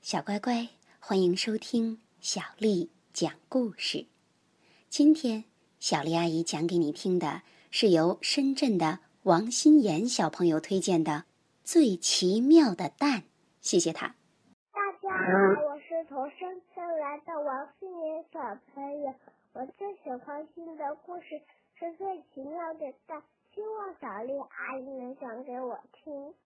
小乖乖，欢迎收听小丽讲故事。今天小丽阿姨讲给你听的是由深圳的王心妍小朋友推荐的《最奇妙的蛋》，谢谢他。 大家好，我是从深圳来的王心妍小朋友，我最喜欢听的故事是《最奇妙的蛋》，希望小丽阿姨能讲给我听。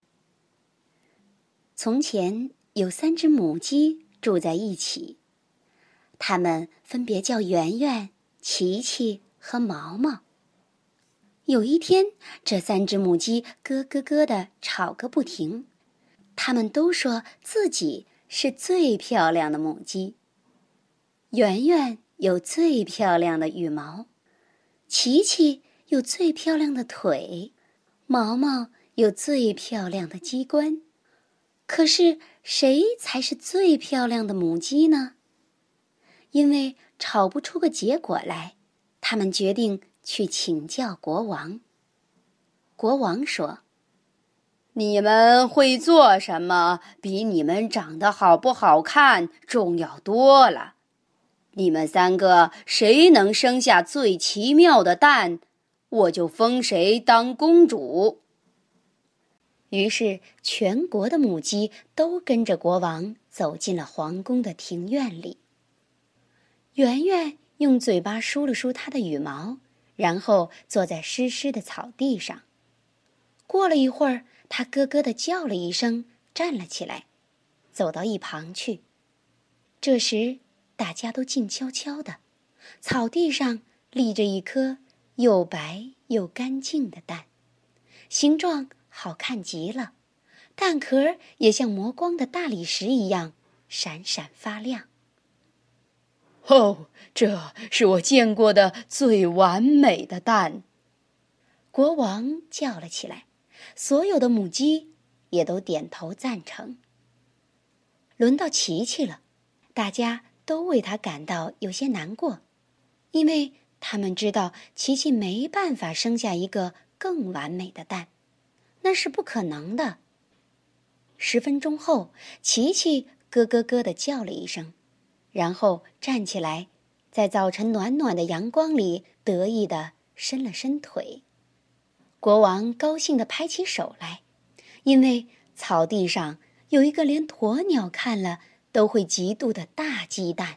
从前有3只母鸡住在一起，它们分别叫圆圆、琪琪和毛毛。有一天，这3只母鸡咯咯咯地吵个不停，它们都说自己是最漂亮的母鸡。圆圆有最漂亮的羽毛，琪琪有最漂亮的腿，毛毛有最漂亮的鸡冠。可是谁才是最漂亮的母鸡呢？因为吵不出个结果来，他们决定去请教国王。国王说：“你们会做什么，比你们长得好不好看重要多了。你们3个谁能生下最奇妙的蛋，我就封谁当公主。”于是全国的母鸡都跟着国王走进了皇宫的庭院里。圆圆用嘴巴梳了梳它的羽毛，然后坐在湿湿的草地上。过了一会儿，它咯咯地叫了一声，站了起来，走到一旁去。这时大家都静悄悄的，草地上立着一颗又白又干净的蛋，形状好看极了，蛋壳也像磨光的大理石一样闪闪发亮。这是我见过的最完美的蛋！国王叫了起来，所有的母鸡也都点头赞成。轮到琪琪了，大家都为他感到有些难过，因为他们知道琪琪没办法生下一个更完美的蛋，那是不可能的。10分钟后，琪琪咯咯咯地叫了一声，然后站起来，在早晨暖暖的阳光里得意地伸了伸腿。国王高兴地拍起手来，因为草地上有一个连鸵鸟看了都会嫉妒的大鸡蛋。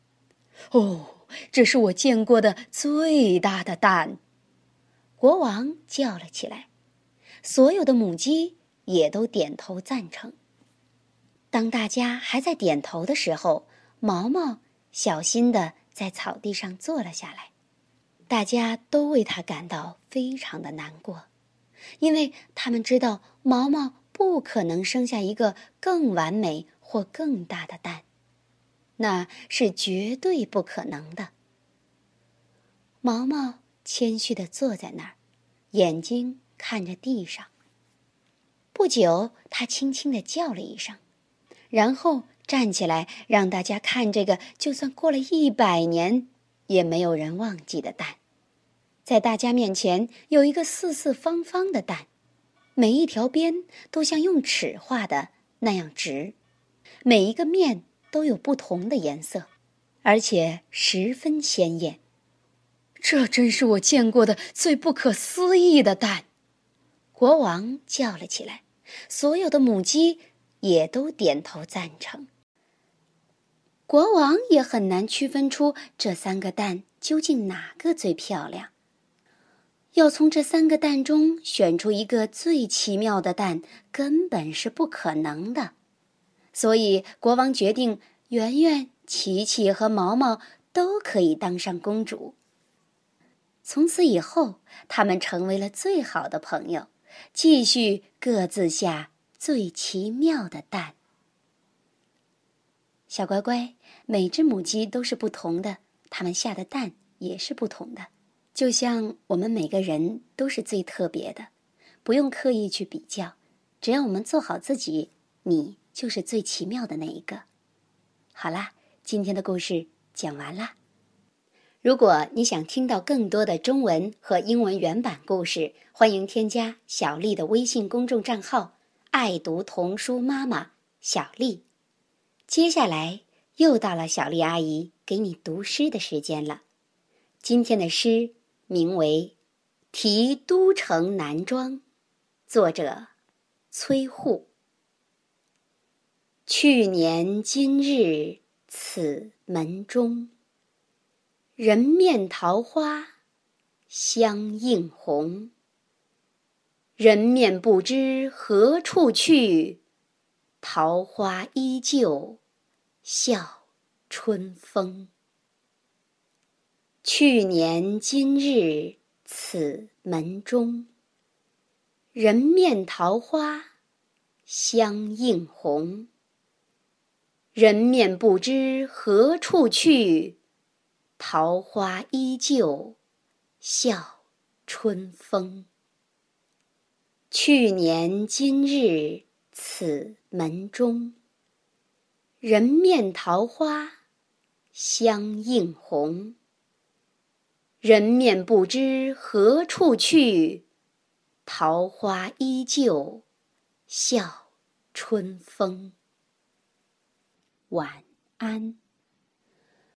这是我见过的最大的蛋！国王叫了起来，所有的母鸡也都点头赞成。当大家还在点头的时候，毛毛小心地在草地上坐了下来。大家都为他感到非常的难过，因为他们知道毛毛不可能生下一个更完美或更大的蛋，那是绝对不可能的。毛毛谦虚地坐在那儿，眼睛看着地上。不久，他轻轻地叫了一声，然后站起来，让大家看这个就算过了100年也没有人忘记的蛋。在大家面前有一个四四方方的蛋，每一条边都像用尺画的那样直，每一个面都有不同的颜色，而且十分鲜艳。这真是我见过的最不可思议的蛋！国王叫了起来，所有的母鸡也都点头赞成。国王也很难区分出这3个蛋究竟哪个最漂亮。要从这3个蛋中选出一个最奇妙的蛋，根本是不可能的。所以国王决定圆圆、琪琪和毛毛都可以当上公主。从此以后，他们成为了最好的朋友，继续各自下最奇妙的蛋。小乖乖，每只母鸡都是不同的，它们下的蛋也是不同的。就像我们每个人都是最特别的，不用刻意去比较，只要我们做好自己，你就是最奇妙的那一个。好啦，今天的故事讲完啦。如果你想听到更多的中文和英文原版故事，欢迎添加小丽的微信公众账号“爱读童书妈妈小丽”。 接下来又到了小丽阿姨给你读诗的时间了。今天的诗名为《题都城南庄》，作者崔护。去年今日此门中，人面桃花相映红。人面不知何处去，桃花依旧笑春风。去年今日此门中，人面桃花相映红。人面不知何处去，桃花依旧笑春风。去年今日此门中，人面桃花相映红。人面不知何处去，桃花依旧笑春风。晚安。